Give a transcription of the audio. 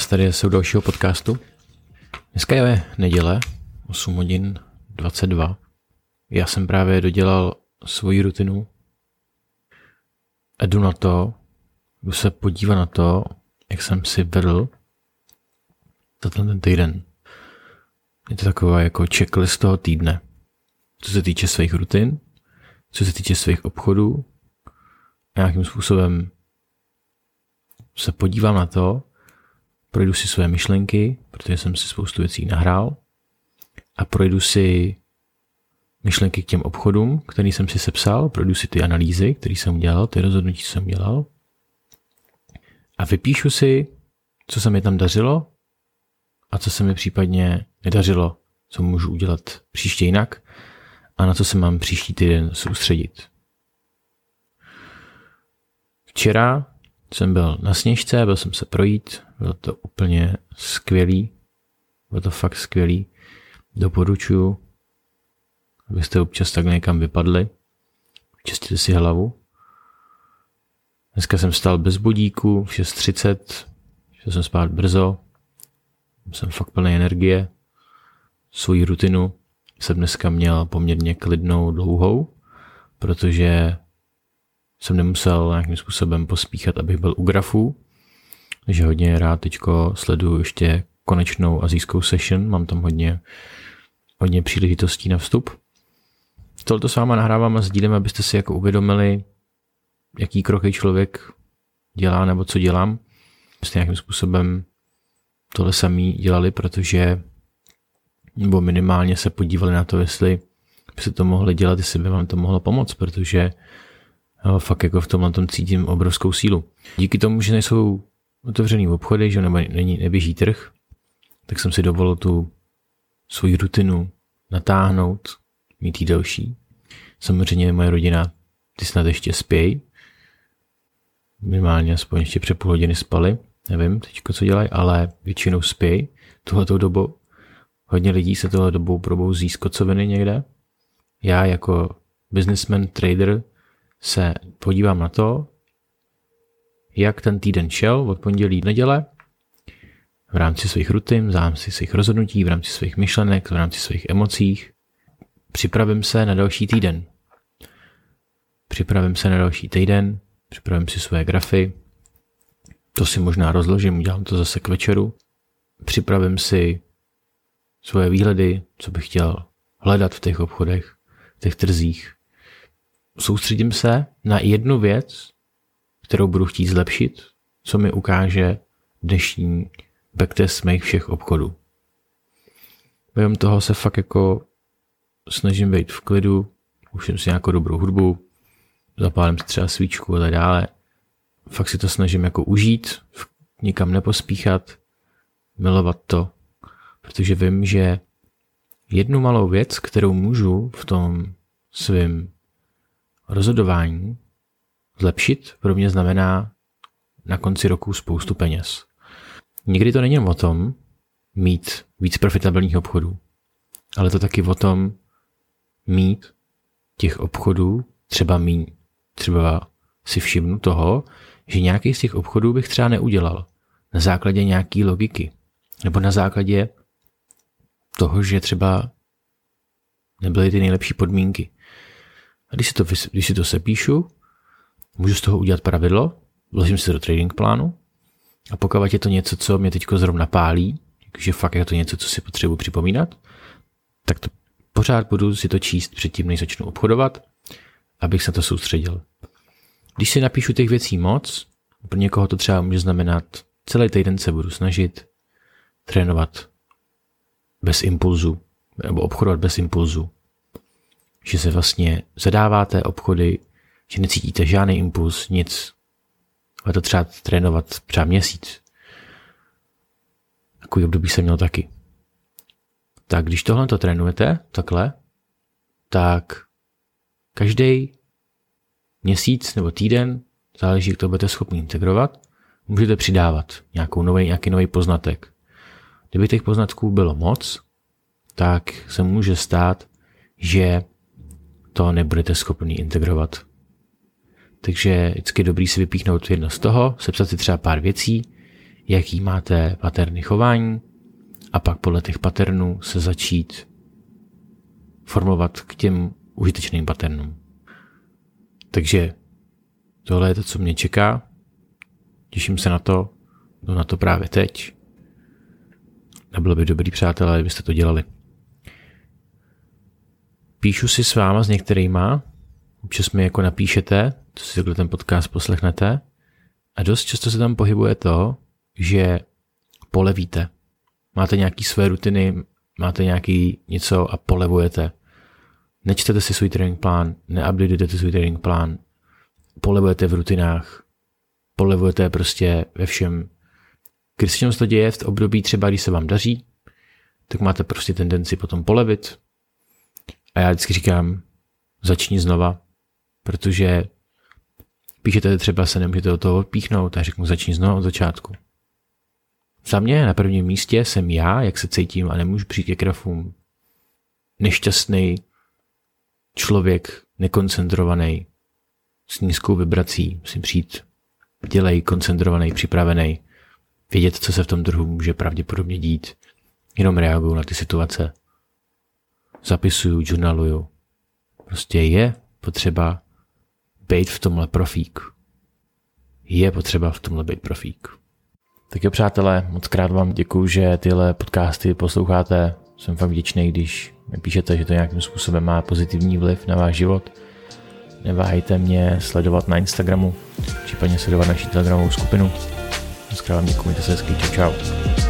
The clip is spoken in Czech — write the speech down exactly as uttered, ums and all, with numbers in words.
vás tady jsou dalšího podcastu. Dneska je neděle, osm hodin dvacet dva. Já jsem právě dodělal svoji rutinu a jdu na to, jdu se podívat na to, jak jsem si vedl za ten týden. Je to taková jako checklist toho týdne. Co se týče svých rutin, co se týče svých obchodů, nějakým způsobem se podívám na to, projdu si své myšlenky, protože jsem si spoustu věcí nahrál a projdu si myšlenky k těm obchodům, který jsem si sepsal, projdu si ty analýzy, které jsem udělal, ty rozhodnutí jsem udělal a vypíšu si, co se mi tam dařilo a co se mi případně nedařilo, co můžu udělat příště jinak a na co se mám příští týden soustředit. Včera jsem byl na Sněžce, byl jsem se projít, bylo to úplně skvělý, bylo to fakt skvělý, doporučuji, abyste občas tak někam vypadli, čistili si hlavu. Dneska jsem vstal bez budíku v šest třicet, šel jsem spát brzo, jsem fakt plný energie, svoji rutinu jsem dneska měl poměrně klidnou, dlouhou, protože jsem nemusel nějakým způsobem pospíchat, abych byl u grafů, takže hodně rád teďko sleduju ještě konečnou asijskou session, mám tam hodně, hodně příležitostí na vstup. Tohle s váma nahrávám a sdílím, abyste si jako uvědomili, jaký kroky člověk dělá nebo co dělám. Jste nějakým způsobem tohle samý dělali, protože nebo minimálně se podívali na to, jestli by se to mohli dělat, jestli by vám to mohlo pomoct, protože jo, fakt jako v tomhle tom cítím obrovskou sílu. Díky tomu, že nejsou otevřený obchody, že nebo není, neběží trh, tak jsem si dovolil tu svoji rutinu natáhnout, mít jí delší. Samozřejmě moje rodina, ty snad ještě spějí, minimálně aspoň ještě před půl hodiny spali, nevím teďko co dělají, ale většinou spějí tohletou dobu. Hodně lidí se tohle dobou probouzí z kocoviny někde. Já jako businessman, trader se podívám na to, jak ten týden šel od pondělí do neděle v rámci svých rutin, v rámci svých rozhodnutí, v rámci svých myšlenek, v rámci svých emocích. Připravím se na další týden. Připravím se na další týden, připravím si svoje grafy, to si možná rozložím, udělám to zase k večeru. Připravím si svoje výhledy, co bych chtěl hledat v těch obchodech, v těch trzích. Soustředím se na jednu věc, kterou budu chtít zlepšit, co mi ukáže dnešní backtest mých všech obchodů. Během toho se fakt jako snažím být v klidu, pouštím si nějakou dobrou hudbu, zapálím si třeba svíčku a tak dále. Fakt si to snažím jako užít, nikam nepospíchat, milovat to, protože vím, že jednu malou věc, kterou můžu v tom svém rozhodování zlepšit, pro mě znamená na konci roku spoustu peněz. Nikdy to není o tom mít víc profitabilních obchodů, ale to taky o tom mít těch obchodů třeba míň. Třeba si všimnu toho, že nějaký z těch obchodů bych třeba neudělal na základě nějaký logiky, nebo na základě toho, že třeba nebyly ty nejlepší podmínky. A když si to, když si to sepíšu, můžu z toho udělat pravidlo, vložím si to do trading plánu a pokud je to něco, co mě teďko zrovna pálí, že fakt je to něco, co si potřebuji připomínat, tak to pořád budu si to číst předtím, než začnu obchodovat, abych se na to soustředil. Když si napíšu těch věcí moc, pro někoho to třeba může znamenat, celý týden se budu snažit trénovat bez impulzu, nebo obchodovat bez impulzu. Že se vlastně zadáváte obchody, že necítíte žádný impuls, nic. A to třeba trénovat třeba měsíc. Takový období jsem měl taky. Tak když tohle to trénujete, takhle, tak každý měsíc nebo týden, záleží, jak to budete schopni integrovat, můžete přidávat nějakou nový, nějaký nový poznatek. Kdyby těch poznatků bylo moc, tak se může stát, že to nebudete schopni integrovat. Takže vždycky je dobrý si vypíchnout jedno z toho, sepsat si třeba pár věcí, jaký máte paterny chování a pak podle těch paternů se začít formovat k těm užitečným paternům. Takže tohle je to, co mě čeká. Těším se na to, no na to právě teď. A bylo by dobrý, přátelé, kdybyste to dělali. Píšu si s váma s některýma, občas mi jako napíšete, co si takhle ten podcast poslechnete, a dost často se tam pohybuje to, že polevíte. Máte nějaký své rutiny, máte nějaký něco a polevujete. Nečtete si svůj trénink plán, neupdatujete svůj trénink plán, polevujete v rutinách, polevujete prostě ve všem. Když se to děje v období třeba, když se vám daří, tak máte prostě tendenci potom polevit. A já vždycky říkám, začni znova, protože píšete třeba se nemůžete od toho odpíchnout a řeknu, začni znova od začátku. Za mě na prvním místě jsem já, jak se cítím a nemůžu přijít ke grafům. Nešťastný člověk, nekoncentrovaný, s nízkou vibrací, musím přijít dělej, koncentrovaný, připravený, vědět, co se v tom trhu může pravděpodobně dít, jenom reaguju na ty situace. Zapisuju, journaluju. Prostě je potřeba být v tomhle profík. Je potřeba v tomhle být profík. Tak jo, přátelé, moc krát vám děkuju, že tyhle podcasty posloucháte. Jsem fakt vděčný, když mi píšete, že to nějakým způsobem má pozitivní vliv na váš život. Neváhejte mě sledovat na Instagramu, případně sledovat naši telegramovou skupinu. Moc krát vám děkuju, mějte se hezky, čau, čau.